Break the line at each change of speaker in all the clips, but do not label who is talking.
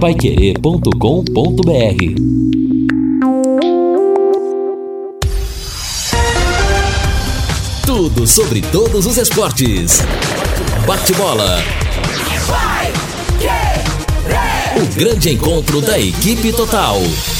radiopaiquerê.com.br. Tudo sobre todos os esportes. Bate-bola. O grande encontro da equipe total.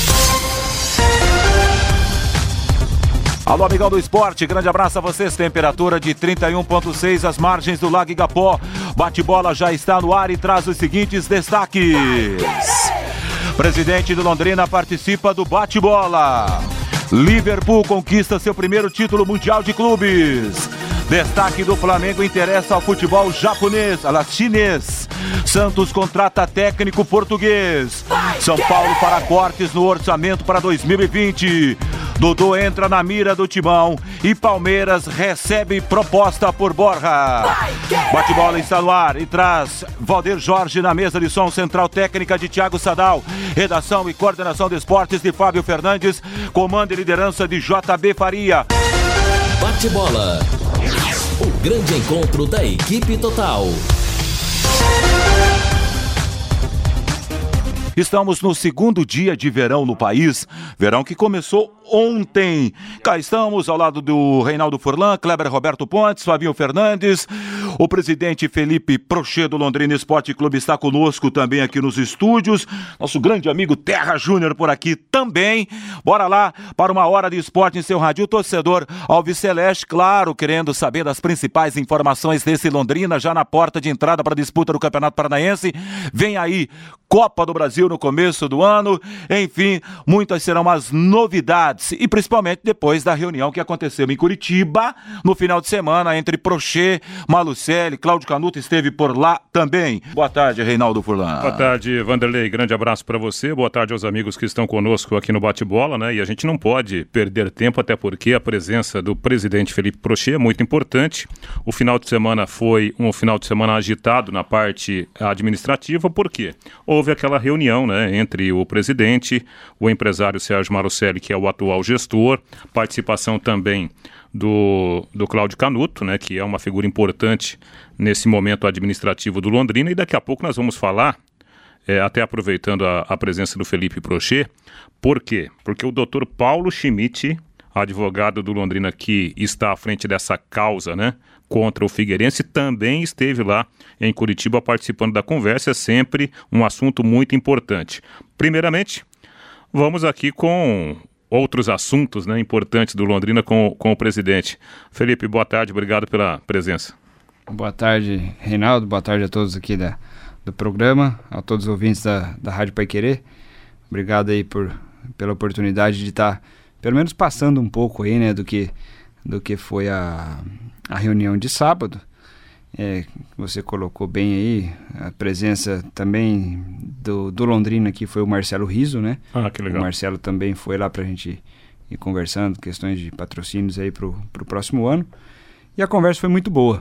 Alô, amigão do esporte, grande abraço a vocês. Temperatura de 31,6 às margens do Lago Igapó. Bate-bola já está no ar e traz os seguintes destaques. Presidente do Londrina participa do bate-bola. Liverpool conquista seu primeiro título mundial de clubes. Destaque do Flamengo interessa ao futebol japonês, chinês. Santos contrata técnico português. São Paulo fará cortes no orçamento para 2020. Dodô entra na mira do Timão e Palmeiras recebe proposta por Borja. Bate-bola está no ar e traz Valder Jorge na mesa de som, central técnica de Thiago Sadal, redação e coordenação de esportes de Fábio Fernandes, comando e liderança de JB Faria.
Bate-bola. O grande encontro da equipe total.
Estamos no segundo dia de verão no país, verão que começou ontem. Cá estamos ao lado do Reinaldo Furlan, Kleber Roberto Pontes, Fabinho Fernandes. O presidente Felipe Prochet do Londrina Esporte Clube está conosco também aqui nos estúdios. Nosso grande amigo Terra Júnior por aqui também. Bora lá para uma hora de esporte em seu rádio. O torcedor Alves Celeste, claro, querendo saber das principais informações desse Londrina, já na porta de entrada para a disputa do Campeonato Paranaense. Vem aí Copa do Brasil no começo do ano. Enfim, muitas serão as novidades. E principalmente depois da reunião que aconteceu em Curitiba no final de semana entre Prochet, Malucelli, Cláudio Canuto esteve por lá também. Boa tarde, Reinaldo Furlan.
Boa tarde, Vanderlei. Grande abraço para você. Boa tarde aos amigos que estão conosco aqui no Bate-Bola, né? E a gente não pode perder tempo, até porque a presença do presidente Felipe Prochet é muito importante. O final de semana foi um final de semana agitado na parte administrativa, por quê? Houve aquela reunião, né, entre o presidente, o empresário Sérgio Malucelli, que é o atual gestor, participação também do Cláudio Canuto, né, que é uma figura importante nesse momento administrativo do Londrina, e daqui a pouco nós vamos falar, até aproveitando a presença do Felipe Prochet. Por quê? Porque o doutor Paulo Schmidt, advogado do Londrina que está à frente dessa causa, né, contra o Figueirense, também esteve lá em Curitiba participando da conversa. É sempre um assunto muito importante. Primeiramente, vamos aqui com outros assuntos, né, importantes do Londrina com o presidente. Felipe, boa tarde, obrigado pela presença.
Boa tarde, Reinaldo, boa tarde a todos aqui do programa, a todos os ouvintes da Rádio Paiquerê. Obrigado aí pela oportunidade de estar, pelo menos, passando um pouco aí, né, do que foi a reunião de sábado. Você colocou bem aí, a presença também do Londrina aqui foi o Marcelo Rizzo, né? Ah, que legal. O Marcelo também foi lá pra gente ir conversando, questões de patrocínios aí pro próximo ano. E a conversa foi muito boa,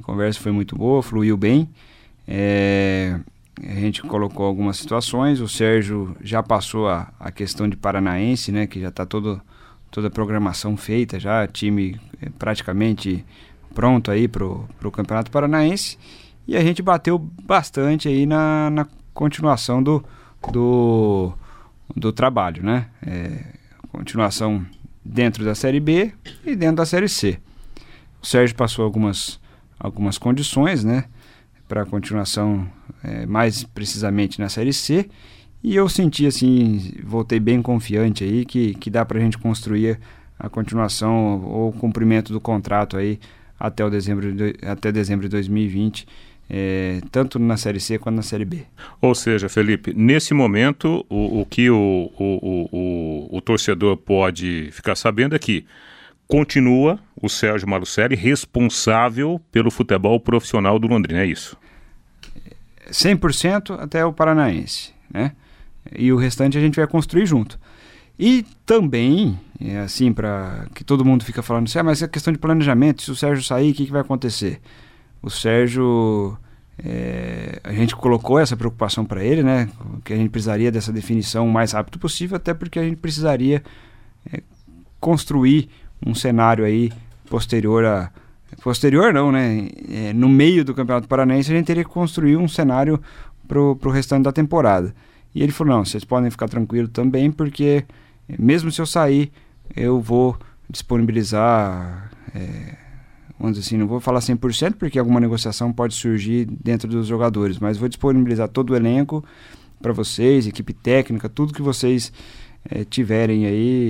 fluiu bem. A gente colocou algumas situações, o Sérgio já passou a questão de Paranaense, né? Que já tá toda a programação feita já, time praticamente pronto aí pro Campeonato Paranaense, e a gente bateu bastante aí na continuação do trabalho, né? Continuação dentro da Série B e dentro da Série C. O Sérgio passou algumas condições, né, para a continuação, mais precisamente na Série C, e eu senti assim, voltei bem confiante aí que dá pra gente construir a continuação ou o cumprimento do contrato aí até dezembro de 2020, tanto na Série C quanto na Série B.
Ou seja, Felipe, nesse momento o que o torcedor pode ficar sabendo é que continua o Sérgio Malucelli responsável pelo futebol profissional do Londrina, é isso?
100% até o Paranaense, né? E o restante a gente vai construir junto. E também, assim, para que todo mundo fica falando assim, mas é questão de planejamento, se o Sérgio sair, o que vai acontecer? O Sérgio, a gente colocou essa preocupação para ele, né, que a gente precisaria dessa definição o mais rápido possível, até porque a gente precisaria construir um cenário aí posterior não, né, no meio do Campeonato Paranaense a gente teria que construir um cenário pro restante da temporada. E ele falou, não, vocês podem ficar tranquilos também, porque mesmo se eu sair, eu vou disponibilizar, vamos dizer assim, não vou falar 100%, porque alguma negociação pode surgir dentro dos jogadores, mas vou disponibilizar todo o elenco para vocês, equipe técnica, tudo que vocês tiverem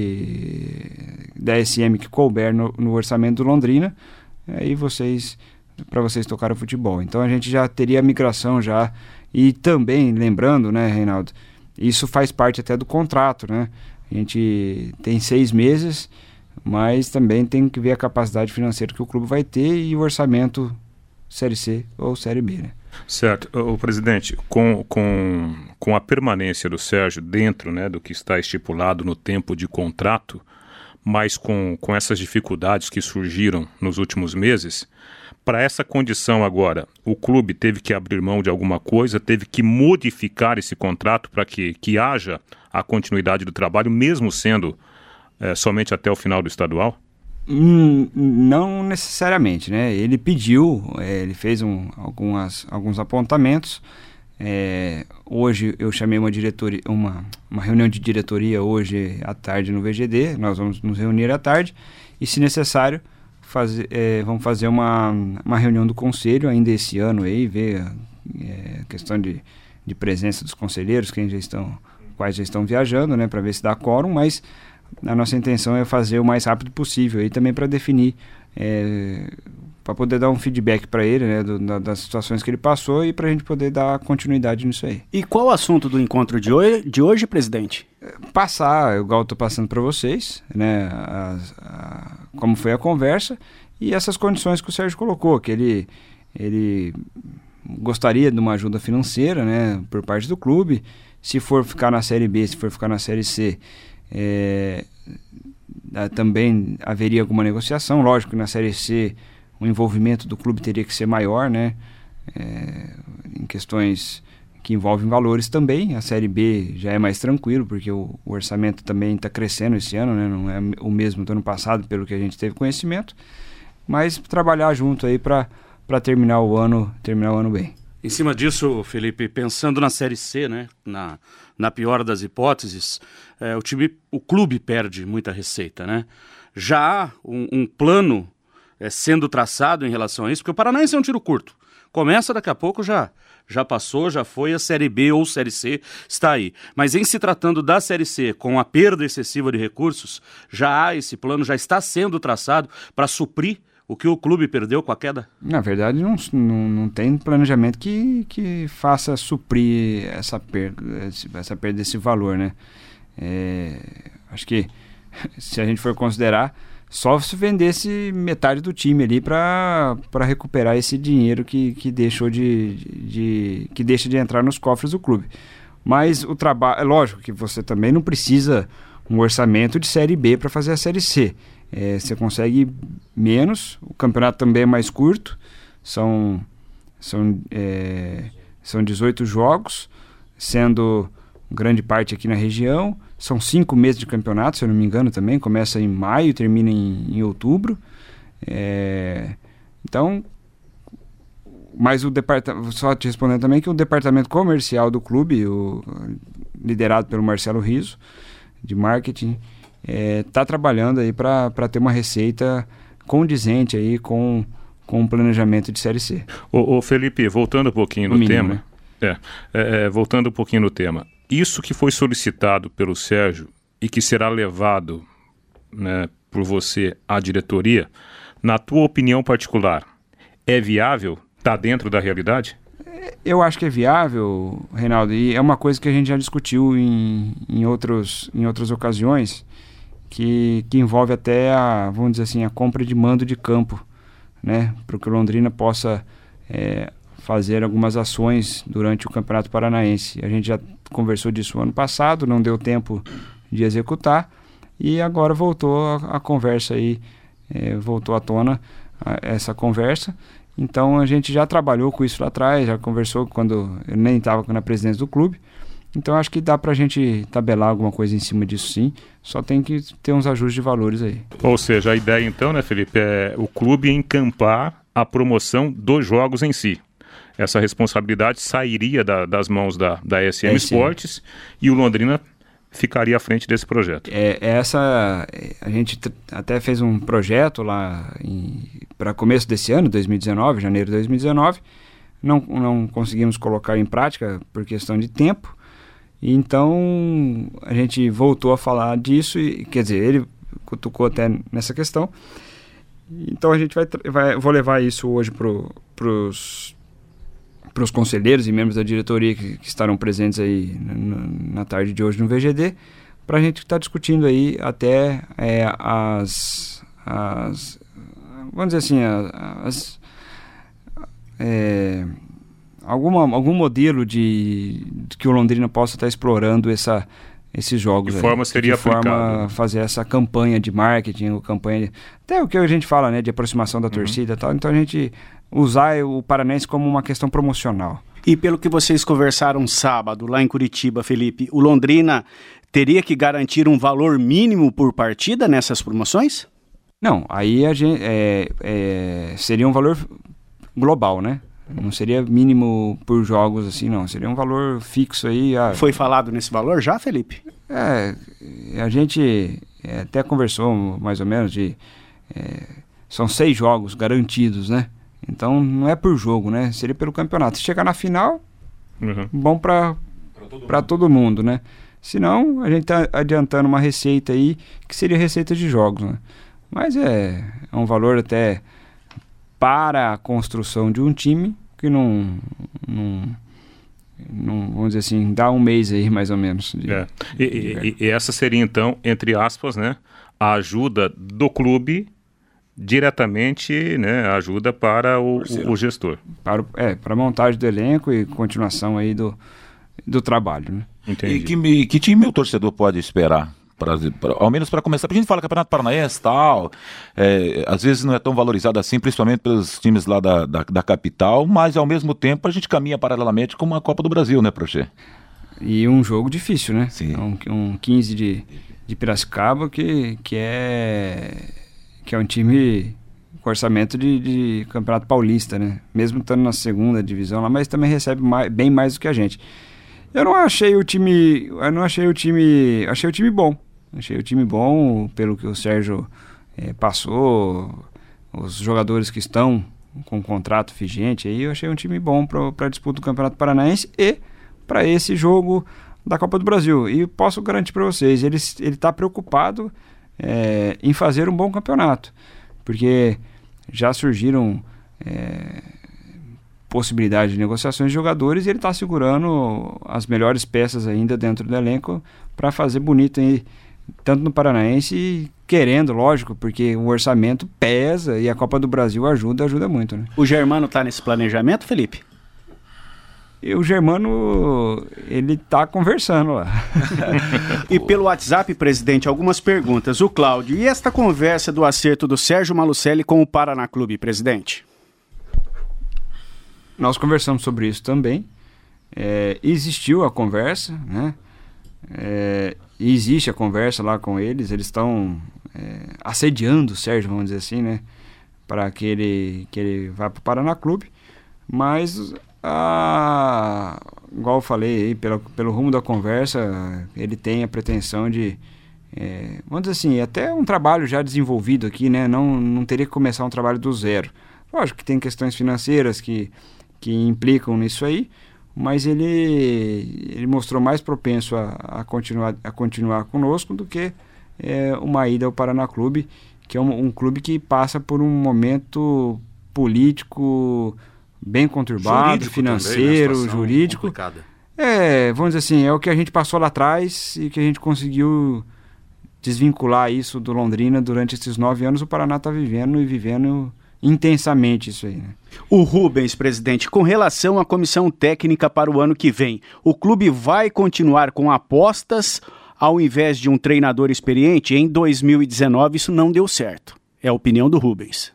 aí da SM que couber no orçamento do Londrina, aí para vocês tocarem o futebol. Então a gente já teria a migração já, e também lembrando, né, Reinaldo, isso faz parte até do contrato, né? A gente tem 6 meses, mas também tem que ver a capacidade financeira que o clube vai ter e o orçamento Série C ou Série B, né?
Certo. O presidente, com a permanência do Sérgio dentro, né, do que está estipulado no tempo de contrato, mas com essas dificuldades que surgiram nos últimos meses, para essa condição agora, o clube teve que abrir mão de alguma coisa, teve que modificar esse contrato para que haja a continuidade do trabalho, mesmo sendo somente até o final do estadual?
Não necessariamente, né? Ele pediu, ele fez alguns apontamentos. Hoje eu chamei uma reunião de diretoria hoje à tarde no VGD, nós vamos nos reunir à tarde e, se necessário, vamos fazer uma reunião do conselho ainda esse ano aí, ver a questão de presença dos conselheiros, quais já estão viajando, né, para ver se dá quórum, mas a nossa intenção é fazer o mais rápido possível e também para definir, para poder dar um feedback para ele, né, das situações que ele passou e para a gente poder dar continuidade nisso aí.
E qual o assunto do encontro de hoje, presidente?
Igual eu estou passando para vocês, né, como foi a conversa e essas condições que o Sérgio colocou, que ele gostaria de uma ajuda financeira, né, por parte do clube, se for ficar na Série B, se for ficar na Série C, também haveria alguma negociação. Lógico que na Série C o envolvimento do clube teria que ser maior, né? Em questões que envolvem valores também. A Série B já é mais tranquilo, porque o orçamento também está crescendo esse ano, né? Não é o mesmo do ano passado, pelo que a gente teve conhecimento, mas trabalhar junto aí para terminar o ano bem.
Em cima disso, Felipe, pensando na Série C, né, na pior das hipóteses, o clube perde muita receita, né? Já há um plano sendo traçado em relação a isso, porque o Paranaense é um tiro curto. Começa daqui a pouco, já passou, já foi, a Série B ou Série C está aí. Mas em se tratando da Série C, com a perda excessiva de recursos, já há esse plano, já está sendo traçado para suprir o que o clube perdeu com a queda?
Na verdade, não tem planejamento que faça suprir essa perda desse valor, né? Acho que, se a gente for considerar, só se vendesse metade do time ali para recuperar esse dinheiro que deixa de entrar nos cofres do clube. Mas o trabalho, é lógico que você também não precisa um orçamento de Série B para fazer a Série C. Você consegue menos, o campeonato também é mais curto, são 18 jogos, sendo grande parte aqui na região, são 5 meses de campeonato, se eu não me engano também, começa em maio e termina em outubro, então, mas só te respondendo também que o departamento comercial do clube, liderado pelo Marcelo Riso, de marketing, está trabalhando aí para ter uma receita condizente aí com um planejamento de Série C.
Ô Felipe, voltando um pouquinho no tema, né? Voltando um pouquinho no tema, isso que foi solicitado pelo Sérgio e que será levado, né, por você à diretoria, na tua opinião particular, é viável? Está dentro da realidade?
Eu acho que é viável, Reinaldo, e é uma coisa que a gente já discutiu em outras ocasiões, que envolve até vamos dizer assim, a compra de mando de campo, né, para que o Londrina possa fazer algumas ações durante o Campeonato Paranaense. A gente já conversou disso ano passado, não deu tempo de executar, e agora voltou a conversa aí, voltou à tona essa conversa. Então a gente já trabalhou com isso lá atrás, já conversou quando eu nem estava na presidência do clube. Então acho que dá pra gente tabelar alguma coisa em cima disso, sim. Só tem que ter uns ajustes de valores aí.
Ou seja, a ideia então, né, Felipe, é o clube encampar a promoção dos jogos em si. essa responsabilidade sairia das mãos da SM Esportes e o Londrina ficaria à frente desse projeto.
A gente até fez um projeto lá para começo desse ano, 2019, janeiro de 2019, não conseguimos colocar em prática por questão de tempo, então a gente voltou a falar disso, quer dizer, ele cutucou até nessa questão, então a gente vou levar isso hoje para os conselheiros e membros da diretoria que estarão presentes aí na tarde de hoje no VGD, para a gente estar discutindo aí até vamos dizer assim, algum modelo de que o Londrina possa estar explorando esses jogos.
De forma seria aplicado.
De forma fazer essa campanha de marketing, até o que a gente fala, né, de aproximação da torcida e tal, então a gente usar o Paranense como uma questão promocional.
E pelo que vocês conversaram sábado lá em Curitiba, Felipe, o Londrina teria que garantir um valor mínimo por partida nessas promoções?
Não, aí seria um valor global, né? Não seria mínimo por jogos assim, não. Seria um valor fixo aí.
Foi falado nesse valor já, Felipe?
A gente até conversou mais ou menos são 6 jogos garantidos, né? Então não é por jogo, né? Seria pelo campeonato. Se chegar na final, bom para todo mundo, né? Senão, a gente está adiantando uma receita aí, que seria receita de jogos, né? Mas é um valor até para a construção de um time que não vamos dizer assim, dá um mês aí mais ou menos.
E essa seria então, entre aspas, né, a ajuda do clube diretamente, né, ajuda para o gestor. Para
a montagem do elenco e continuação aí do trabalho, né?
Entendi.
E que time o torcedor pode esperar? Ao menos para começar, porque a gente fala Campeonato Paranaense e tal, às vezes não é tão valorizado assim, principalmente pelos times lá da capital, mas ao mesmo tempo a gente caminha paralelamente com uma Copa do Brasil, né, Prochê?
E um jogo difícil, né?
Sim.
Um 15 de Piracicaba que é um time com orçamento de Campeonato Paulista, né? Mesmo estando na segunda divisão lá, mas também recebe bem mais do que a gente. Achei o time bom. Achei o time bom pelo que o Sérgio passou, os jogadores que estão com contrato vigente aí, eu achei um time bom para a disputa do Campeonato Paranaense e para esse jogo da Copa do Brasil. E posso garantir para vocês, ele está preocupado em fazer um bom campeonato, porque já surgiram possibilidade de negociações de jogadores e ele está segurando as melhores peças ainda dentro do elenco para fazer bonito aí, tanto no Paranaense, querendo, lógico, porque o orçamento pesa e a Copa do Brasil ajuda muito, né?
O Germano está nesse planejamento, Felipe?
E o Germano, ele está conversando lá.
E pelo WhatsApp, presidente, algumas perguntas. O Cláudio, e esta conversa do acerto do Sérgio Malucelli com o Paraná Clube, presidente?
Nós conversamos sobre isso também. Existiu a conversa, né? Existe a conversa lá com eles. Eles estão assediando o Sérgio, vamos dizer assim, né? Para que ele vá para o Paraná Clube. Mas, igual eu falei aí, pelo rumo da conversa, ele tem a pretensão de, vamos dizer assim, até um trabalho já desenvolvido aqui, né? Não teria que começar um trabalho do zero. Lógico que tem questões financeiras que implicam nisso aí, mas ele mostrou mais propenso a continuar conosco do que uma ida ao Paraná Clube, que é um clube que passa por um momento político bem conturbado, jurídico financeiro, também, jurídico. Complicada. Vamos dizer assim, é o que a gente passou lá atrás e que a gente conseguiu desvincular isso do Londrina durante esses 9 anos. O Paraná está vivendo intensamente isso aí, né?
O Rubens, presidente, com relação à comissão técnica para o ano que vem, o clube vai continuar com apostas ao invés de um treinador experiente? Em 2019 isso não deu certo. É a opinião do Rubens.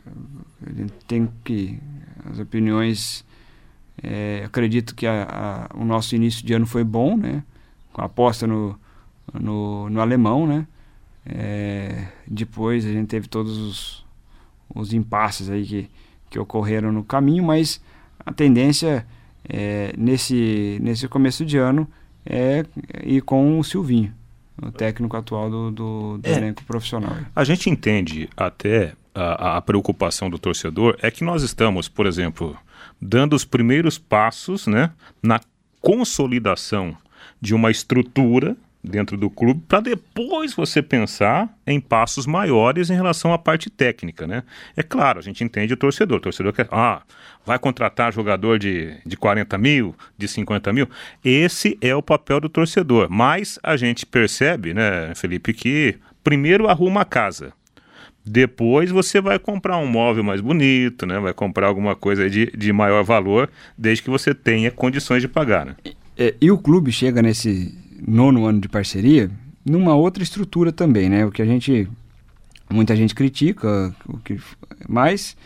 As opiniões, acredito que o nosso início de ano foi bom, né? Com a aposta no alemão, né? Depois a gente teve todos os impasses aí que ocorreram no caminho, mas a tendência nesse começo de ano é ir com o Silvinho, o técnico atual do elenco profissional.
A gente entende até a preocupação do torcedor, é que nós estamos, por exemplo, dando os primeiros passos, né, na consolidação de uma estrutura dentro do clube, para depois você pensar em passos maiores em relação à parte técnica, né? É claro, a gente entende o torcedor quer, vai contratar jogador de 40 mil, de 50 mil, esse é o papel do torcedor, mas a gente percebe, né, Felipe, que primeiro arruma a casa, depois você vai comprar um móvel mais bonito, né? Vai comprar alguma coisa de maior valor, desde que você tenha condições de pagar, né?
E o clube chega nesse 9º ano de parceria numa outra estrutura também, né? Muita gente critica, mas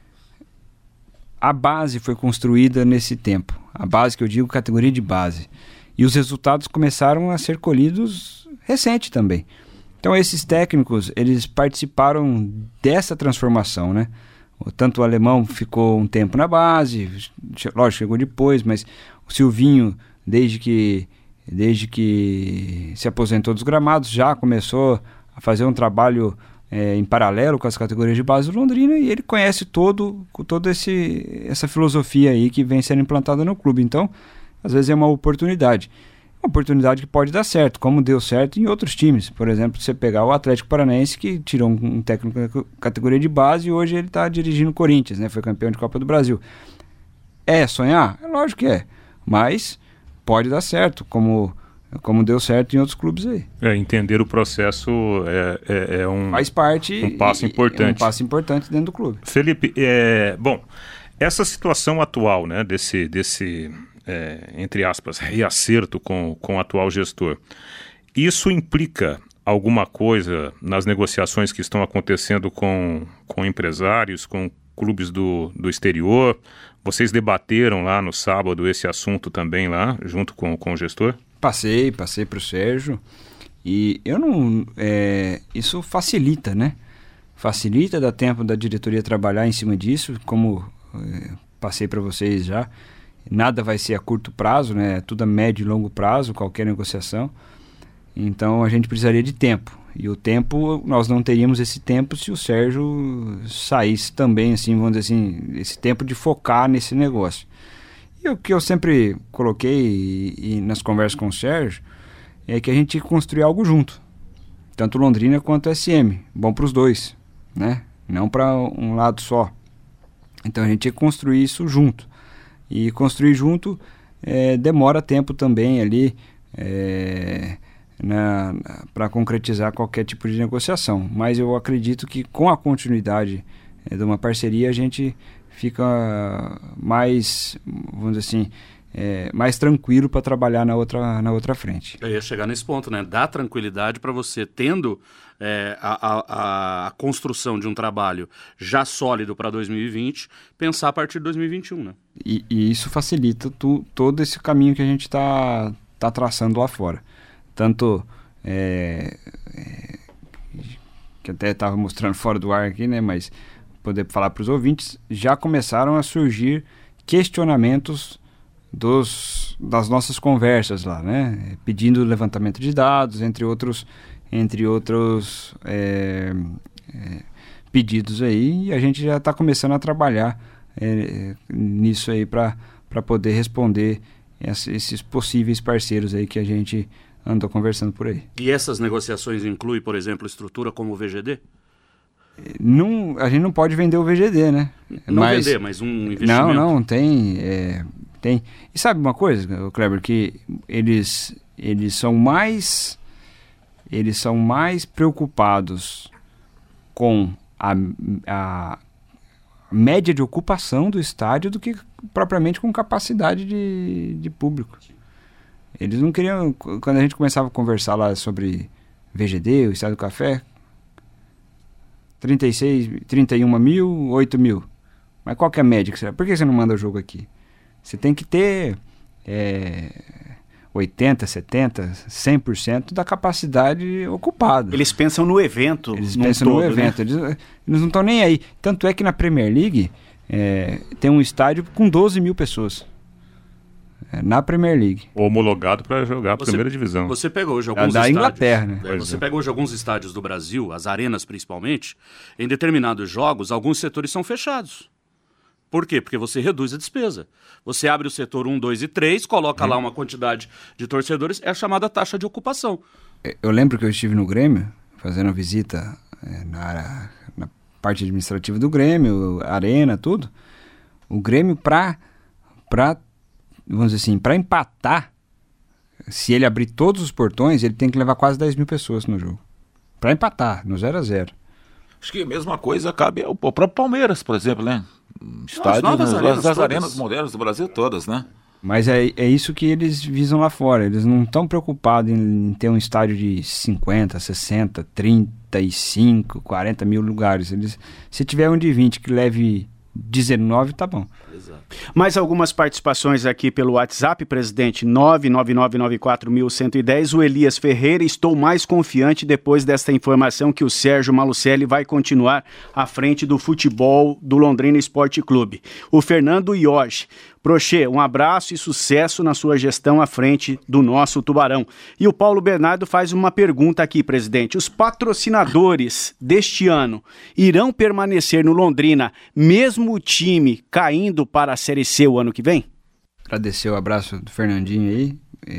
a base foi construída nesse tempo. A base que eu digo, categoria de base. E os resultados começaram a ser colhidos recente também. Então esses técnicos, eles participaram dessa transformação, né? Tanto o Alemão ficou um tempo na base, lógico, chegou depois, mas o Silvinho, desde que se aposentou dos gramados, já começou a fazer um trabalho em paralelo com as categorias de base do Londrina, e ele conhece toda essa filosofia aí que vem sendo implantada no clube. Então, às vezes é uma oportunidade que pode dar certo, como deu certo em outros times. Por exemplo, você pegar o Atlético Paranaense, que tirou um técnico da categoria de base e hoje ele está dirigindo o Corinthians, né? Foi campeão de Copa do Brasil. É sonhar? É lógico que é, mas pode dar certo, como deu certo em outros clubes aí.
Entender o processo
faz parte,
um passo importante.
Um passo importante dentro do clube.
Felipe, bom, essa situação atual, né, desse entre aspas, reacerto com o atual gestor, isso implica alguma coisa nas negociações que estão acontecendo com empresários, com clubes do exterior? Vocês debateram lá no sábado esse assunto também lá, junto com o gestor? Passei
para o Sérgio, e isso facilita, né? Facilita, dá tempo da diretoria trabalhar em cima disso, como passei para vocês já. Nada vai ser a curto prazo, né? Tudo a médio e longo prazo, qualquer negociação. Então a gente precisaria de tempo. E o tempo, nós não teríamos esse tempo se o Sérgio saísse também, assim, vamos dizer assim, esse tempo de focar nesse negócio. E o que eu sempre coloquei e nas conversas com o Sérgio é que a gente construir algo junto. Tanto Londrina quanto SM. Bom para os dois, né? Não para um lado só. Então a gente tinha que construir isso junto. E construir junto demora tempo também ali para concretizar qualquer tipo de negociação. Mas eu acredito que com a continuidade de uma parceria a gente fica mais, vamos dizer assim, mais tranquilo para trabalhar na outra frente.
Eu ia chegar nesse ponto, né? Dá tranquilidade para você, tendo a construção de um trabalho já sólido para 2020, pensar a partir de 2021, né?
E isso facilita todo esse caminho que a gente está traçando lá fora. Tanto que até estava mostrando fora do ar aqui, né? Mas poder falar para os ouvintes, já começaram a surgir questionamentos das nossas conversas lá, né? Pedindo levantamento de dados, entre outros pedidos aí, e a gente já está começando a trabalhar nisso aí para poder responder esses possíveis parceiros aí que a gente andou conversando por aí.
E essas negociações incluem, por exemplo, estrutura como o VGD?
Não, a gente não pode vender o VGD, né?
Vender, mas um investimento.
Não, tem. E sabe uma coisa, Kleber, que eles são mais preocupados com a média de ocupação do estádio do que propriamente com capacidade de público. Eles não queriam, quando a gente começava a conversar lá sobre VGD, o Estádio do Café, 31 mil, 8 mil. Mas qual que é a média que você... Por que você não manda o jogo aqui? Você tem que ter 80%, 70%, 100% da capacidade ocupada.
Eles pensam no evento.
Eles pensam no evento. Né? Eles não estão nem aí. Tanto é que na Premier League, tem um estádio com 12 mil pessoas. Na Premier League.
Homologado para jogar a primeira divisão.
Você pega hoje alguns
da
estádios.
Inglaterra, né?
Você pega hoje alguns estádios do Brasil, as arenas principalmente, em determinados jogos, alguns setores são fechados. Por quê? Porque você reduz a despesa. Você abre o setor 1, 2 e 3, coloca lá uma quantidade de torcedores, é a chamada taxa de ocupação.
Eu lembro que eu estive no Grêmio, fazendo visita na parte administrativa do Grêmio, arena, tudo. O Grêmio, vamos dizer assim, para empatar, se ele abrir todos os portões, ele tem que levar quase 10 mil pessoas no jogo. Para empatar, no 0-0.
Acho que a mesma coisa cabe ao próprio Palmeiras, por exemplo, né? Estádio das arenas modernas do Brasil todas, né?
Mas é isso que eles visam lá fora. Eles não estão preocupados em ter um estádio de 50, 60, 35, 40 mil lugares. Se tiver um de 20 que leve 19, tá bom.
Exato. Mais algumas participações aqui pelo WhatsApp, presidente, 999941110. O Elias Ferreira: estou mais confiante depois desta informação que o Sérgio Malucelli vai continuar à frente do futebol do Londrina Esporte Clube. O Fernando Ioge: Prochê, um abraço e sucesso na sua gestão à frente do nosso Tubarão. E o Paulo Bernardo faz uma pergunta aqui, presidente: os patrocinadores deste ano irão permanecer no Londrina, mesmo o time caindo para a Série C o ano que vem?
Agradecer o abraço do Fernandinho aí.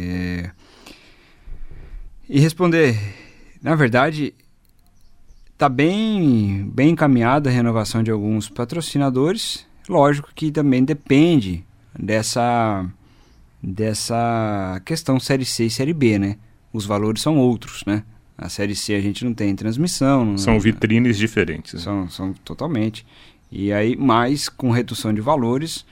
E responder, na verdade, está bem encaminhada a renovação de alguns patrocinadores. Lógico que também depende dessa questão Série C e Série B, né? Os valores são outros, né? A Série C a gente não tem transmissão.
São vitrines diferentes.
Né? São totalmente. E aí, mais com redução de valores,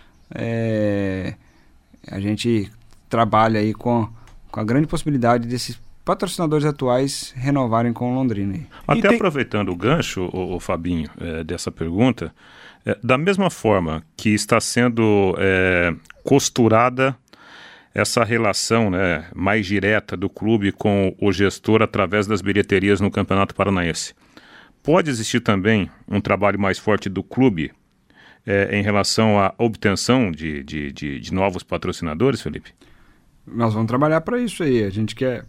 a gente trabalha aí com a grande possibilidade desses patrocinadores atuais renovarem com o Londrina. Aí.
Até aproveitando o gancho, o Fabinho, dessa pergunta, da mesma forma que está sendo costurada essa relação, né, mais direta do clube com o gestor através das bilheterias no Campeonato Paranaense, pode existir também um trabalho mais forte do clube em relação à obtenção de novos patrocinadores, Felipe?
Nós vamos trabalhar para isso aí. A gente quer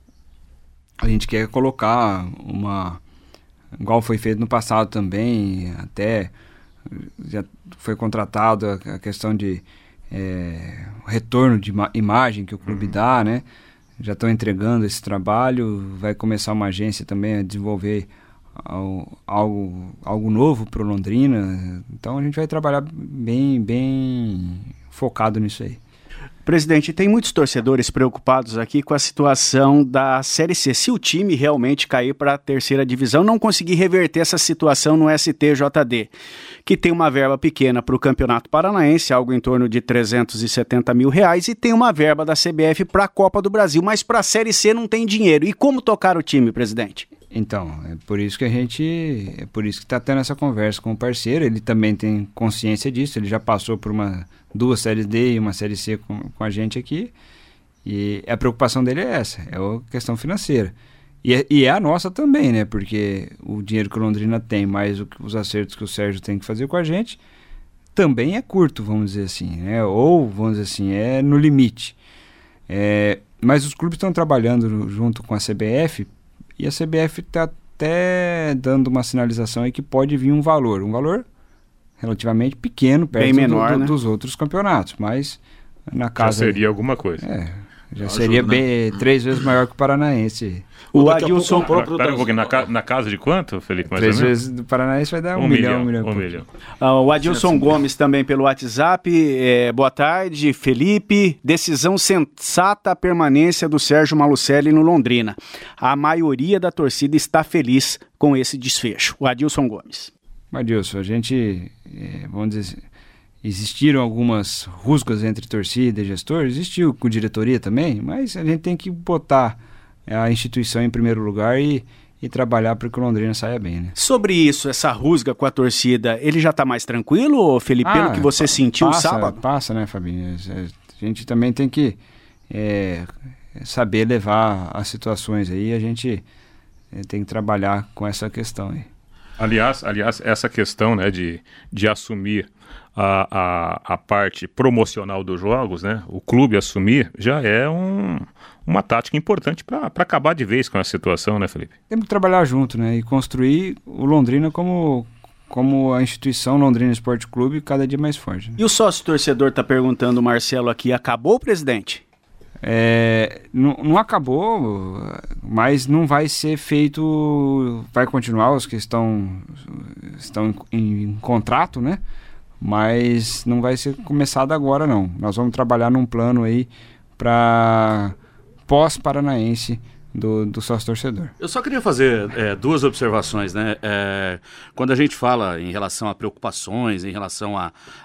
colocar igual foi feito no passado também, até já foi contratado a questão de retorno de imagem que o clube dá, né? Já estão entregando esse trabalho, vai começar uma agência também a desenvolver algo novo para o Londrina. Então a gente vai trabalhar bem focado nisso aí.
Presidente, tem muitos torcedores preocupados aqui com a situação da Série C. Se o time realmente cair para a terceira divisão, não conseguir reverter essa situação no STJD, que tem uma verba pequena para o Campeonato Paranaense, algo em torno de R$370 mil, e tem uma verba da CBF para a Copa do Brasil, mas para a Série C não tem dinheiro. E como tocar o time, presidente?
Então, é por isso que está tendo essa conversa com o parceiro. Ele também tem consciência disso, ele já passou por duas séries D e uma série C com a gente aqui, e a preocupação dele é essa, é a questão financeira. E é a nossa também, né? Porque o dinheiro que o Londrina tem, mais os acertos que o Sérgio tem que fazer com a gente, também é curto, vamos dizer assim, né? Ou, vamos dizer assim, é no limite. Mas os clubes estão trabalhando junto com a CBF, e a CBF está até dando uma sinalização aí que pode vir um valor relativamente pequeno, perto
bem menor, né?
dos outros campeonatos, mas na casa...
Já seria alguma coisa.
Já seria bem, 3 vezes maior que o Paranaense.
O Adilson...
Pera um pouquinho, na casa de quanto, Felipe?
3 vezes do Paranaense vai dar 1 milhão.
O Adilson Gomes também pelo WhatsApp. Boa tarde, Felipe. Decisão sensata a permanência do Sérgio Malucelli no Londrina. A maioria da torcida está feliz com esse desfecho. O Adilson Gomes.
Adilson, a gente, vamos dizer, existiram algumas rusgas entre torcida e gestor, existiu com diretoria também, mas a gente tem que botar a instituição em primeiro lugar e trabalhar para que o Londrina saia bem, né?
Sobre isso, essa rusga com a torcida, ele já está mais tranquilo, Felipe, pelo que você sentiu sábado?
Passa, né, Fabinho? A gente também tem que saber levar as situações aí, a gente tem que trabalhar com essa questão aí.
Aliás, essa questão, né, de assumir a parte promocional dos jogos, né, o clube assumir, já é uma tática importante para acabar de vez com essa situação, né, Felipe?
Temos que trabalhar junto, né, e construir o Londrina como a instituição Londrina Esporte Clube cada dia mais forte. Né?
E o sócio-torcedor está perguntando, Marcelo, aqui, acabou, presidente?
Não acabou, mas não vai ser feito, vai continuar os que estão em contrato, né? Mas não vai ser começado agora, não. Nós vamos trabalhar num plano aí para pós-paranaense do sócio-torcedor.
Eu só queria fazer duas observações, né? Quando a gente fala em relação a preocupações, em relação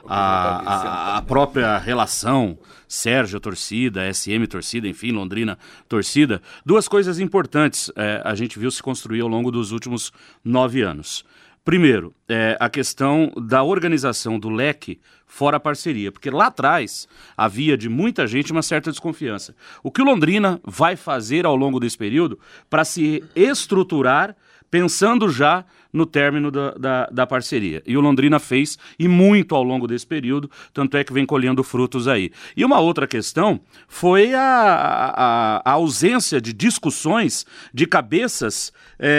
à própria relação Sérgio torcida, SM torcida, enfim, Londrina torcida, duas coisas importantes a gente viu se construir ao longo dos últimos 9 anos. Primeiro, a questão da organização do leque fora a parceria, porque lá atrás havia de muita gente uma certa desconfiança. O que o Londrina vai fazer ao longo desse período para se estruturar pensando já no término da parceria. E o Londrina fez, e muito ao longo desse período, tanto é que vem colhendo frutos aí. E uma outra questão foi a ausência de discussões de cabeças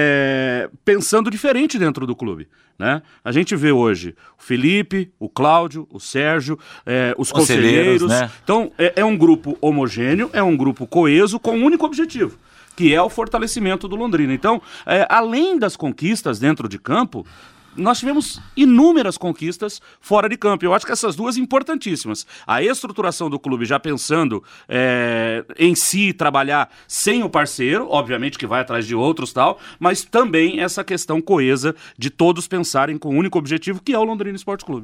pensando diferente dentro do clube. Né? A gente vê hoje o Felipe, o Cláudio, o Sérgio, os conselheiros. Né? Então, é um grupo homogêneo, é um grupo coeso com um único objetivo, que é o fortalecimento do Londrina. Então, além das conquistas dentro de campo, nós tivemos inúmeras conquistas fora de campo. Eu acho que essas duas importantíssimas. A estruturação do clube já pensando em si, trabalhar sem o parceiro, obviamente que vai atrás de outros tal, mas também essa questão coesa de todos pensarem com um único objetivo, que é o Londrina Esporte Clube.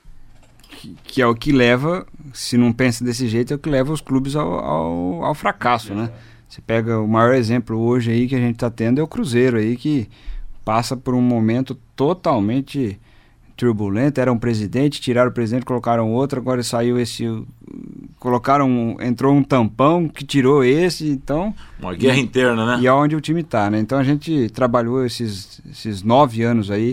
Que é o que leva, se não pensa desse jeito, é o que leva os clubes ao fracasso, né? Você pega o maior exemplo hoje aí que a gente está tendo é o Cruzeiro aí, que passa por um momento totalmente turbulento. Era um presidente, tiraram o presidente, colocaram outro, agora saiu esse, entrou um tampão que tirou esse, então...
Uma guerra interna, né?
E é onde o time está, né? Então a gente trabalhou esses 9 anos aí,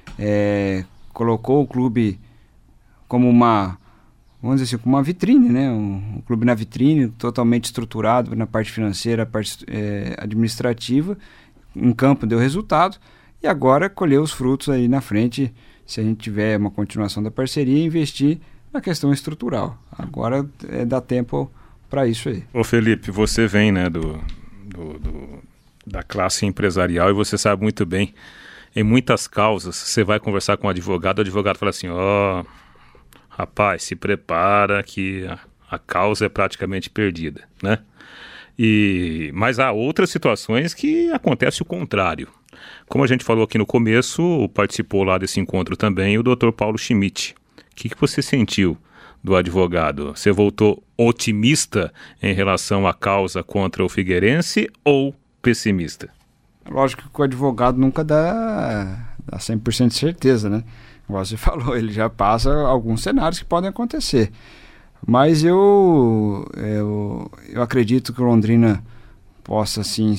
colocou o clube como vamos dizer assim, como uma vitrine, né? Um clube na vitrine, totalmente estruturado na parte financeira, parte administrativa. Em campo deu resultado e agora colher os frutos aí na frente, se a gente tiver uma continuação da parceria e investir na questão estrutural. Agora dá tempo para isso aí.
Ô Felipe, você vem, né, da classe empresarial e você sabe muito bem, em muitas causas, você vai conversar com o advogado fala assim, rapaz, se prepara que a causa é praticamente perdida, né? Mas há outras situações que acontece o contrário. Como a gente falou aqui no começo, participou lá desse encontro também o Dr. Paulo Schmidt. O que você sentiu do advogado? Você voltou otimista em relação à causa contra o Figueirense ou pessimista?
Lógico que o advogado nunca dá 100% de certeza, né? Como você falou, ele já passa alguns cenários que podem acontecer. Mas eu acredito que o Londrina possa, sim,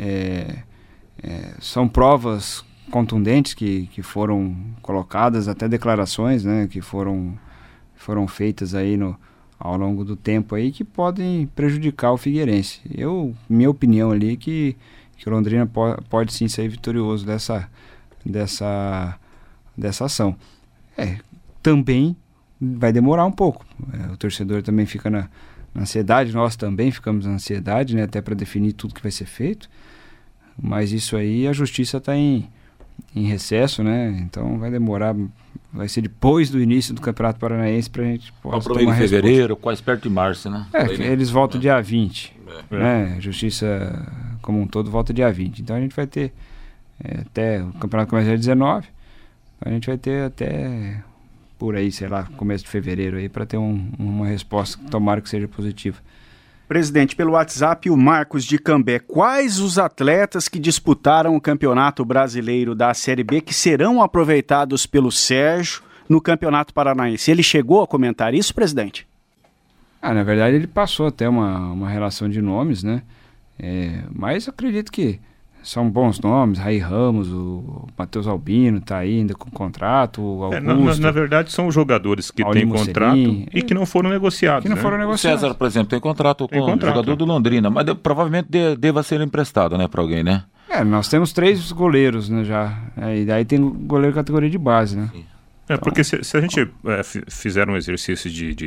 são provas contundentes que foram colocadas, até declarações, né, que foram feitas aí ao longo do tempo aí, que podem prejudicar o Figueirense. Minha opinião ali é que o Londrina pode sim sair vitorioso dessa ação. Também vai demorar um pouco. O torcedor também fica na ansiedade, nós também ficamos na ansiedade, né, até para definir tudo que vai ser feito. Mas isso aí, a justiça está em recesso, né? Então vai demorar, vai ser depois do início do Campeonato Paranaense para a gente possa tomar
em fevereiro, quase perto de março, né?
Eles voltam dia 20. Né? A justiça como um todo volta dia 20. Então a gente vai ter até o Campeonato começa dia 19. A gente vai ter até por aí, sei lá, começo de fevereiro aí, para ter uma resposta, tomara que seja positiva.
Presidente, pelo WhatsApp, o Marcos de Cambé, quais os atletas que disputaram o Campeonato Brasileiro da Série B que serão aproveitados pelo Sérgio no Campeonato Paranaense? Ele chegou a comentar isso, presidente?
Na verdade ele passou até uma relação de nomes, né? Mas eu acredito que são bons nomes, Raí Ramos, o Matheus Albino tá aí ainda com contrato, o Augusto.
Na verdade são os jogadores que têm contrato e que não foram negociados.
O César, por exemplo, tem contrato com o jogador do Londrina, mas provavelmente deva ser emprestado, né, para alguém, né?
Nós temos 3 goleiros, né, já. E daí tem goleiro categoria de base, né?
Então, porque se a gente fizer um exercício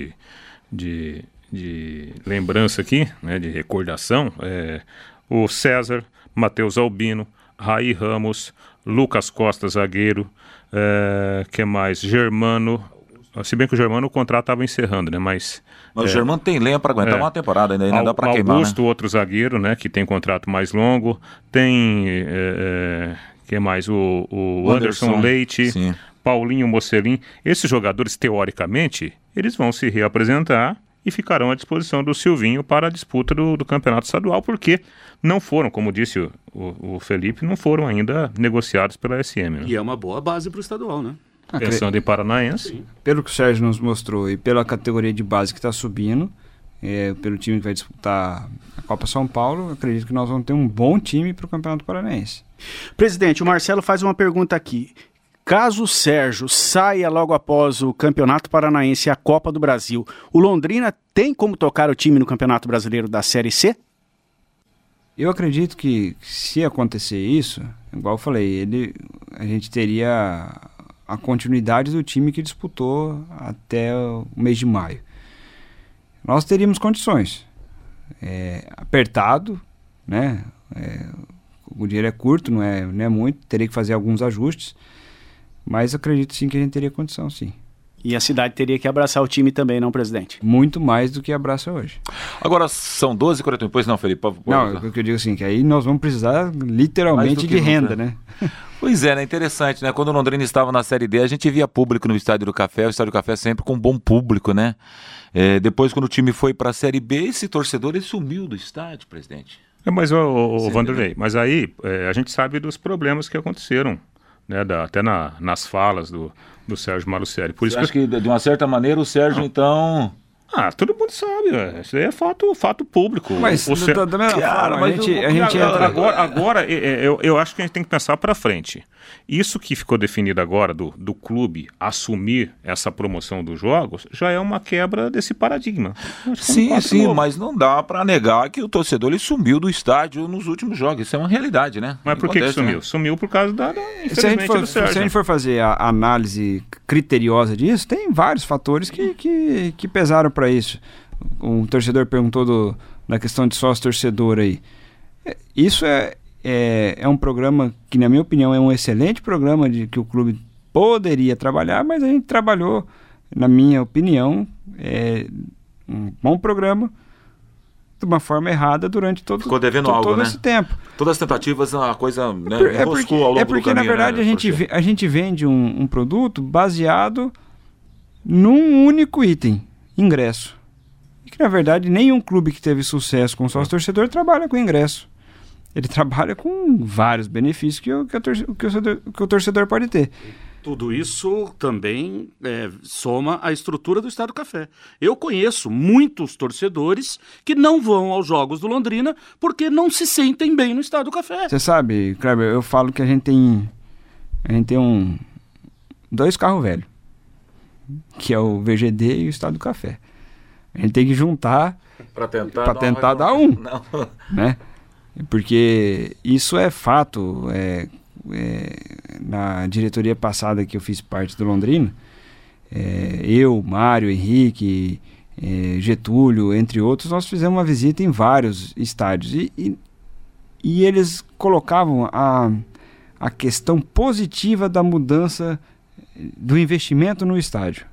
de lembrança aqui, né, de recordação, o César, Matheus Albino, Raí Ramos, Lucas Costa, zagueiro, que mais? Germano, se bem que o Germano o contrato estava encerrando, né? Mas
o Germano tem lenha para aguentar uma temporada, ainda dá para queimar,
Augusto,
né?
outro zagueiro, né? Que tem contrato mais longo. Tem, que mais? O Anderson Leite, sim. Paulinho Mocelin. Esses jogadores, teoricamente, eles vão se reapresentar e ficarão à disposição do Silvinho para a disputa do campeonato estadual, porque não foram, como disse o Felipe, não foram ainda negociados pela SM. Né?
E é uma boa base para o estadual, né?
Pensando em Paranaense.
Sim.
Pelo que o Sérgio nos mostrou e pela categoria de base que está subindo, pelo time que vai disputar a Copa São Paulo, acredito que nós vamos ter um bom time para o Campeonato Paranaense.
Presidente, o Marcelo faz uma pergunta aqui. Caso o Sérgio saia logo após o Campeonato Paranaense e a Copa do Brasil, o Londrina tem como tocar o time no Campeonato Brasileiro da Série C?
Eu acredito que se acontecer isso, igual eu falei, a gente teria a continuidade do time que disputou até o mês de maio. Nós teríamos condições. Apertado, né? O dinheiro é curto, não é muito, teria que fazer alguns ajustes, mas acredito sim que a gente teria condição, sim.
E a cidade teria que abraçar o time também, não, presidente?
Muito mais do que abraça hoje.
Agora, são 12h41, pois não, Felipe?
Não, o que eu digo assim, que aí nós vamos precisar literalmente de renda, né?
Pois é, né? Interessante, né? Quando o Londrina estava na Série D, a gente via público no Estádio do Café, o Estádio do Café sempre com bom público, né? Depois, quando o time foi para a Série B, esse torcedor, ele sumiu do estádio, presidente.
Mas, o Vanderlei, mas aí a gente sabe dos problemas que aconteceram, né? Até nas falas do Sérgio Malucelli. Por isso
acho que, de uma certa maneira, o Sérgio, então...
todo mundo sabe, isso aí é fato público.
Mas, da mesma forma, a gente entra...
Agora, eu acho que a gente tem que pensar para frente. Isso que ficou definido agora do clube assumir essa promoção dos jogos, já é uma quebra desse paradigma.
Sim, mas não dá para negar que o torcedor ele sumiu do estádio nos últimos jogos. Isso é uma realidade, né?
Mas por que sumiu? Né? Sumiu por causa
se a gente for fazer a análise criteriosa disso, tem vários fatores que pesaram para isso. Um torcedor perguntou da questão de sócio-torcedor aí. Isso é um programa que, na minha opinião, é um excelente programa que o clube poderia trabalhar, mas a gente trabalhou, na minha opinião, um bom programa de uma forma errada durante todo esse tempo.
Todas as tentativas, a coisa enroscou ao longo do caminho.
Porque, na verdade, a gente vende um produto baseado num único item, ingresso. E que, na verdade, nenhum clube que teve sucesso com sócio-torcedor trabalha com ingresso. Ele trabalha com vários benefícios que o torcedor pode ter.
Tudo isso também soma a estrutura do Estádio do Café. Eu conheço muitos torcedores que não vão aos jogos do Londrina porque não se sentem bem no Estádio do Café.
Você sabe, Kleber, eu falo que a gente tem 2 carros velhos, que é o VGD e o Estádio do Café. A gente tem que juntar para tentar dar um. Não. Né? Porque isso é fato. Na diretoria passada que eu fiz parte do Londrina, eu, Mário, Henrique, Getúlio, entre outros, nós fizemos uma visita em vários estádios e eles colocavam a questão positiva da mudança do investimento no estádio.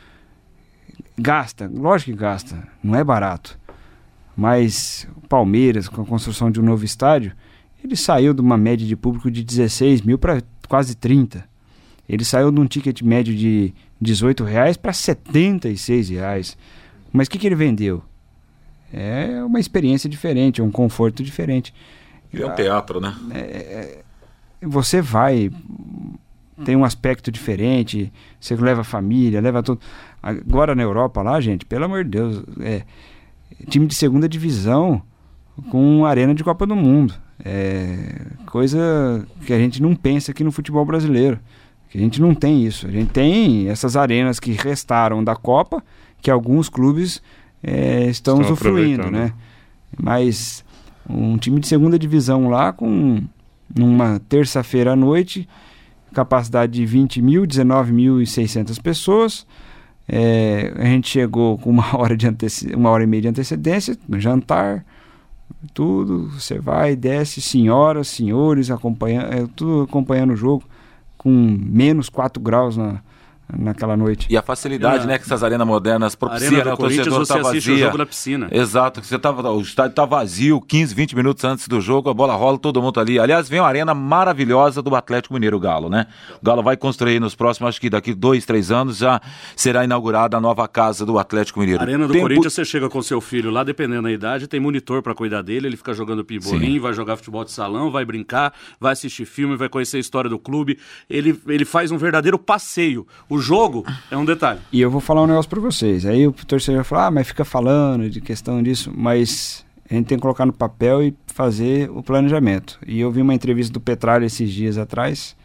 Lógico que gasta, não é barato, mas o Palmeiras, com a construção de um novo estádio, ele saiu de uma média de público de 16 mil para quase 30. Ele saiu de um ticket médio de R$18 para R$76. Mas o que ele vendeu? É uma experiência diferente, é um conforto diferente.
É um teatro, né?
Você vai, tem um aspecto diferente, você leva a família, leva tudo. Agora na Europa lá, gente, pelo amor de Deus, time de segunda divisão com arena de Copa do Mundo. Coisa que a gente não pensa aqui no futebol brasileiro. Que a gente não tem isso. A gente tem essas arenas que restaram da Copa, que alguns clubes estão usufruindo, né? Mas um time de segunda divisão lá, numa terça-feira à noite, capacidade de 19.600 pessoas. A gente chegou com uma hora e meia de antecedência, no jantar, tudo. Você vai, desce, senhoras, senhores, tudo acompanhando o jogo, com menos 4 graus naquela noite.
E a facilidade, né, que essas arenas modernas propiciam, né? O torcedor tá vazio.
O jogo na piscina.
Exato, o estádio tá vazio, 15, 20 minutos antes do jogo, a bola rola, todo mundo ali. Aliás, vem uma arena maravilhosa do Atlético Mineiro, o Galo, né? O Galo vai construir nos próximos, acho que daqui 2, 3 anos, já será inaugurada a nova casa do Atlético Mineiro.
A arena do Corinthians, você chega com seu filho lá, dependendo da idade, tem monitor pra cuidar dele, ele fica jogando pimbolim, vai jogar futebol de salão, vai brincar, vai assistir filme, vai conhecer a história do clube. Ele faz um verdadeiro passeio. O jogo é um detalhe.
E eu vou falar um negócio pra vocês. Aí o torcedor vai falar, mas fica falando de questão disso, mas a gente tem que colocar no papel e fazer o planejamento. E eu vi uma entrevista do Petralha esses dias atrás,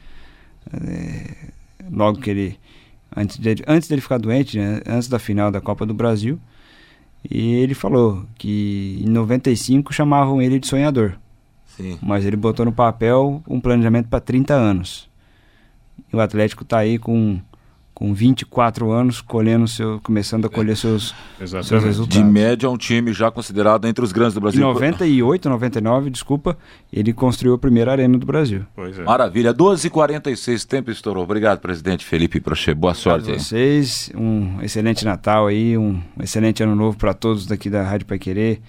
logo que ele, antes dele ficar doente, né, antes da final da Copa do Brasil, e ele falou que em 95 chamavam ele de sonhador.
Sim.
Mas ele botou no papel um planejamento para 30 anos. E o Atlético está aí com 24 anos, começando a colher seus resultados.
De média, um time já considerado entre os grandes do Brasil.
Em 98, 99, desculpa, ele construiu a primeira arena do Brasil.
Pois é.
Maravilha, 12h46, tempo estourou. Obrigado, presidente Felipe Prochet, boa sorte.
Obrigado a vocês, um excelente Natal aí, um excelente Ano Novo para todos daqui da Rádio Paiquerê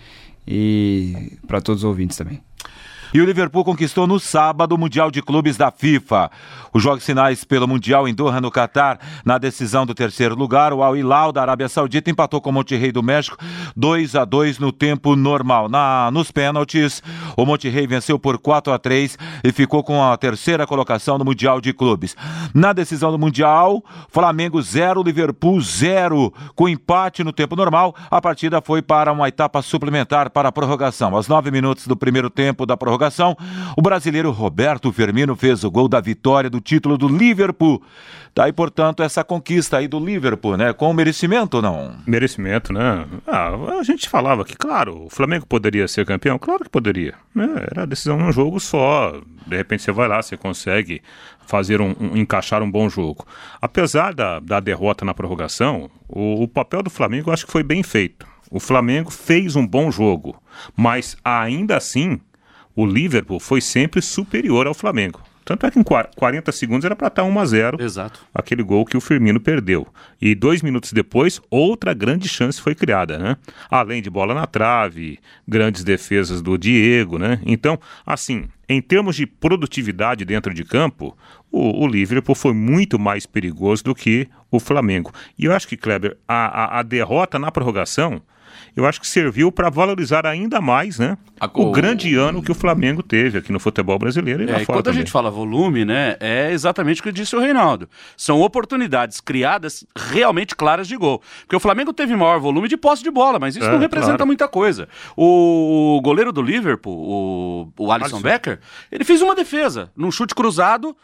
e para todos os ouvintes também.
E o Liverpool conquistou no sábado o Mundial de Clubes da FIFA. Os jogos finais pelo Mundial em Doha, no Catar, na decisão do terceiro lugar, o Al Hilal da Arábia Saudita empatou com o Monterrey do México 2-2 no tempo normal. Nos pênaltis, o Monterrey venceu por 4-3 e ficou com a terceira colocação no Mundial de Clubes. Na decisão do Mundial, Flamengo 0, Liverpool 0. Com empate no tempo normal, a partida foi para uma etapa suplementar para a prorrogação. Aos 9 minutos do primeiro tempo da prorrogação, o brasileiro Roberto Firmino fez o gol da vitória do título do Liverpool. Daí, portanto, essa conquista aí do Liverpool, né? Com merecimento ou não?
Merecimento, né? A gente falava que, claro, o Flamengo poderia ser campeão. Claro que poderia, né? Era a decisão num jogo só. De repente você vai lá, você consegue fazer encaixar um bom jogo. Apesar da derrota na prorrogação, o papel do Flamengo eu acho que foi bem feito. O Flamengo fez um bom jogo, mas ainda assim o Liverpool foi sempre superior ao Flamengo. Tanto é que em 40 segundos era para estar 1-0.
Exato.
Aquele gol que o Firmino perdeu. E 2 minutos depois, outra grande chance foi criada, né? Além de bola na trave, grandes defesas do Diego, né? Então, assim, em termos de produtividade dentro de campo, o Liverpool foi muito mais perigoso do que o Flamengo. E eu acho que, Kleber, a derrota na prorrogação, eu acho que serviu para valorizar ainda mais, né, o grande ano que o Flamengo teve aqui no futebol brasileiro e lá fora
quando
também.
A gente fala volume, né, é exatamente o que disse o Reinaldo. São oportunidades criadas realmente claras de gol. Porque o Flamengo teve maior volume de posse de bola, mas isso não representa muita coisa. O goleiro do Liverpool, o Alisson Becker, ele fez uma defesa num chute cruzado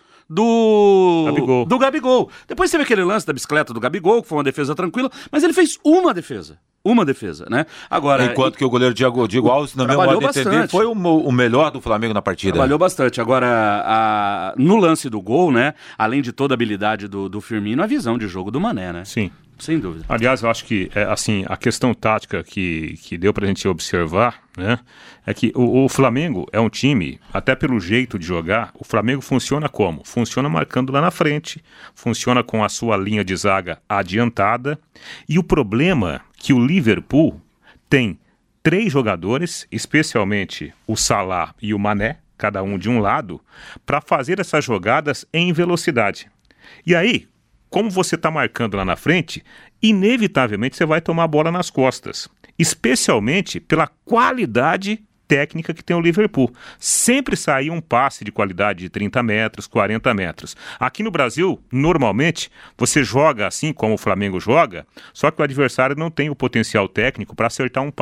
do Gabigol. Depois teve aquele lance da bicicleta do Gabigol, que foi uma defesa tranquila, mas ele fez uma defesa, né? Agora,
enquanto que o goleiro Diego Alves, na minha modo de entender, foi o melhor do Flamengo na partida.
Trabalhou bastante. Agora, no lance do gol, né? Além de toda a habilidade do Firmino, a visão de jogo do Mané, né?
Sim.
Sem dúvida.
Aliás, eu acho que assim, a questão tática que deu pra gente observar, né, é que o Flamengo é um time, até pelo jeito de jogar, o Flamengo funciona como? Funciona marcando lá na frente, funciona com a sua linha de zaga adiantada, e o problema é que o Liverpool tem 3 jogadores, especialmente o Salah e o Mané, cada um de um lado, para fazer essas jogadas em velocidade. E aí, como você está marcando lá na frente, inevitavelmente você vai tomar a bola nas costas, especialmente pela qualidade técnica que tem o Liverpool. Sempre sai um passe de qualidade de 30 metros, 40 metros. Aqui no Brasil, normalmente, você joga assim como o Flamengo joga, só que o adversário não tem o potencial técnico para acertar um passe.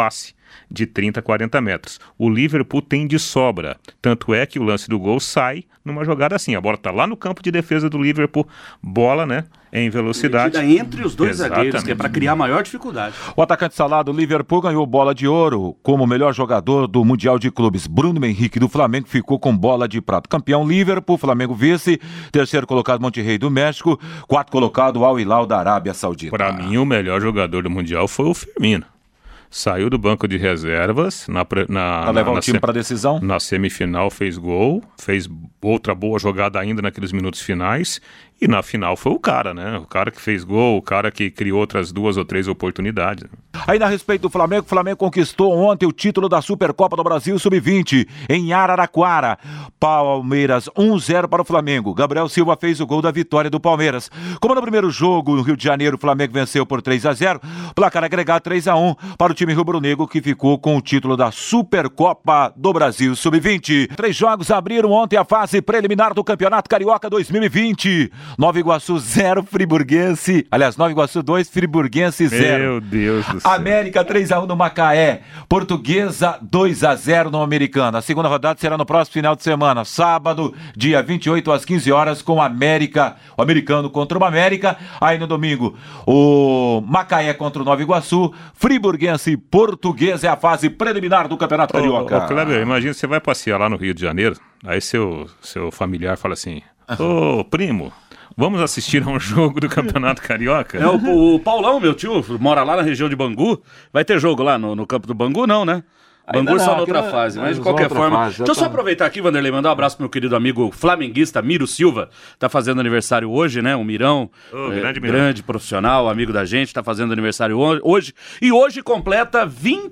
de 30 a 40 metros. O Liverpool tem de sobra, tanto é que o lance do gol sai numa jogada assim, a bola está lá no campo de defesa do Liverpool, bola, né, em velocidade.
Entre os dois zagueiros, que é para criar maior dificuldade.
O atacante salado do Liverpool ganhou bola de ouro como melhor jogador do Mundial de Clubes. Bruno Henrique do Flamengo ficou com bola de prata. Campeão Liverpool, Flamengo vice, terceiro colocado Monterrey do México, quarto colocado Al Hilal da Arábia Saudita.
Para mim, o melhor jogador do Mundial foi o Firmino. Saiu do banco de reservas
para levar o time para a decisão.
Na semifinal fez gol, fez outra boa jogada ainda naqueles minutos finais. E na final foi o cara, né? O cara que fez gol, o cara que criou outras 2 ou 3 oportunidades.
Ainda a respeito do Flamengo, o Flamengo conquistou ontem o título da Supercopa do Brasil Sub-20 em Araraquara. Palmeiras 1-0 para o Flamengo. Gabriel Silva fez o gol da vitória do Palmeiras. Como no primeiro jogo no Rio de Janeiro, o Flamengo venceu por 3-0, placar agregado 3-1 para o time rubro-negro, que ficou com o título da Supercopa do Brasil Sub-20. 3 jogos abriram ontem a fase preliminar do Campeonato Carioca 2020. Nova Iguaçu 0, Friburguense. Aliás, Nova Iguaçu 2, Friburguense 0.
Meu Deus do céu.
América 3-1 no Macaé. Portuguesa 2-0 no Americano. A segunda rodada será no próximo final de semana, sábado, dia 28 às 15 horas, com o Americano contra o América. Aí no domingo, o Macaé contra o Nova Iguaçu. Friburguense e Portuguesa é a fase preliminar do Campeonato Carioca.
Ô, Kleber, imagina, você vai passear lá no Rio de Janeiro, aí seu familiar fala assim: ô, primo, vamos assistir a um jogo do Campeonato Carioca?
O Paulão, meu tio, mora lá na região de Bangu. Vai ter jogo lá no campo do Bangu, não, né? Bangu só na outra fase, mas de qualquer forma... Deixa eu só aproveitar aqui, Vanderlei, mandar um abraço pro meu querido amigo flamenguista, Miro Silva. Tá fazendo aniversário hoje, né? O Mirão, grande profissional, amigo da gente, tá fazendo aniversário hoje. E hoje completa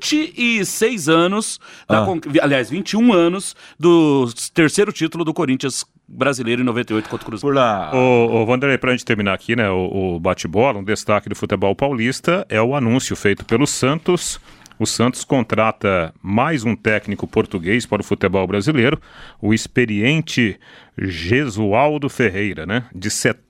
26 anos, aliás, 21 anos do terceiro título do Corinthians brasileiro em 98 contra o Cruzeiro.
Ô, Vanderlei, pra gente terminar aqui, né, o bate-bola, um destaque do futebol paulista é o anúncio feito pelo Santos. O Santos contrata mais um técnico português para o futebol brasileiro, o experiente Gesualdo Ferreira, né? De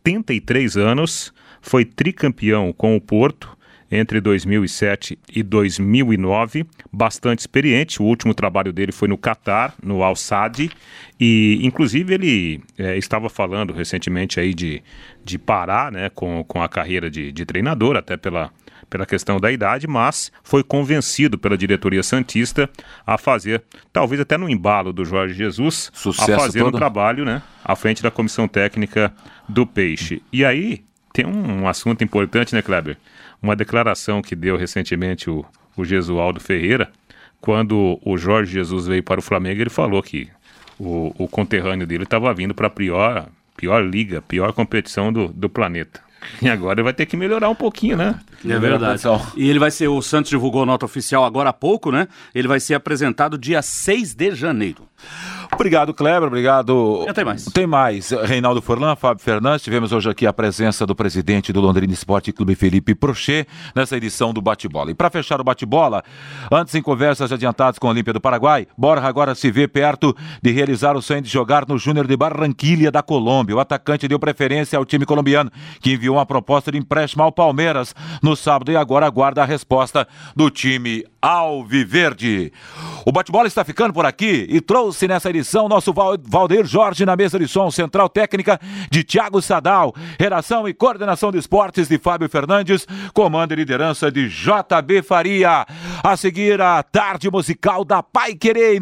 73 anos, foi tricampeão com o Porto entre 2007 e 2009, bastante experiente. O último trabalho dele foi no Catar, no Al Sadd, e inclusive ele estava falando recentemente aí de parar, né, com a carreira de treinador, até pela questão da idade, mas foi convencido pela diretoria santista a fazer, talvez até no embalo do Jorge Jesus, a fazer um trabalho, né, à frente da comissão técnica do Peixe. E aí tem um assunto importante, né, Kleber? Uma declaração que deu recentemente o Gesualdo Ferreira, quando o Jorge Jesus veio para o Flamengo, ele falou que o conterrâneo dele estava vindo para a pior liga, pior competição do planeta. E agora ele vai ter que melhorar um pouquinho, né?
É verdade. E ele vai ser, o Santos divulgou nota oficial agora há pouco, né? Ele vai ser apresentado dia 6 de janeiro.
Obrigado, Kleber, obrigado.
Tem mais.
Tem mais. Reinaldo Furlan, Fábio Fernandes, tivemos hoje aqui a presença do presidente do Londrina Esporte Clube, Felipe Prochet, nessa edição do Bate-Bola. E para fechar o Bate-Bola, antes em conversas adiantadas com a Olímpia do Paraguai, Borja agora se vê perto de realizar o sonho de jogar no Júnior de Barranquilla da Colômbia. O atacante deu preferência ao time colombiano, que enviou uma proposta de empréstimo ao Palmeiras no sábado e agora aguarda a resposta do time alviverde. O Bate-Bola está ficando por aqui e trouxe nessa edição nosso Valdeir Jorge na mesa de som, central técnica de Thiago Sadal, redação e coordenação de esportes de Fábio Fernandes, comando e liderança de JB Faria. A seguir, a tarde musical da Paiquerê em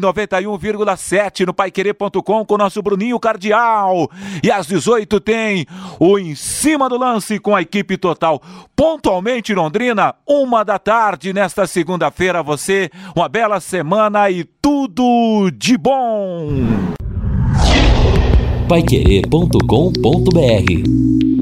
91,7 no paiquerê.com com o nosso Bruninho Cardial. E às 18 tem o Em Cima do Lance com a equipe total. Pontualmente em Londrina, 1h nesta segunda-feira. Você, uma bela semana e tudo de bom.
Paiquerê.com.br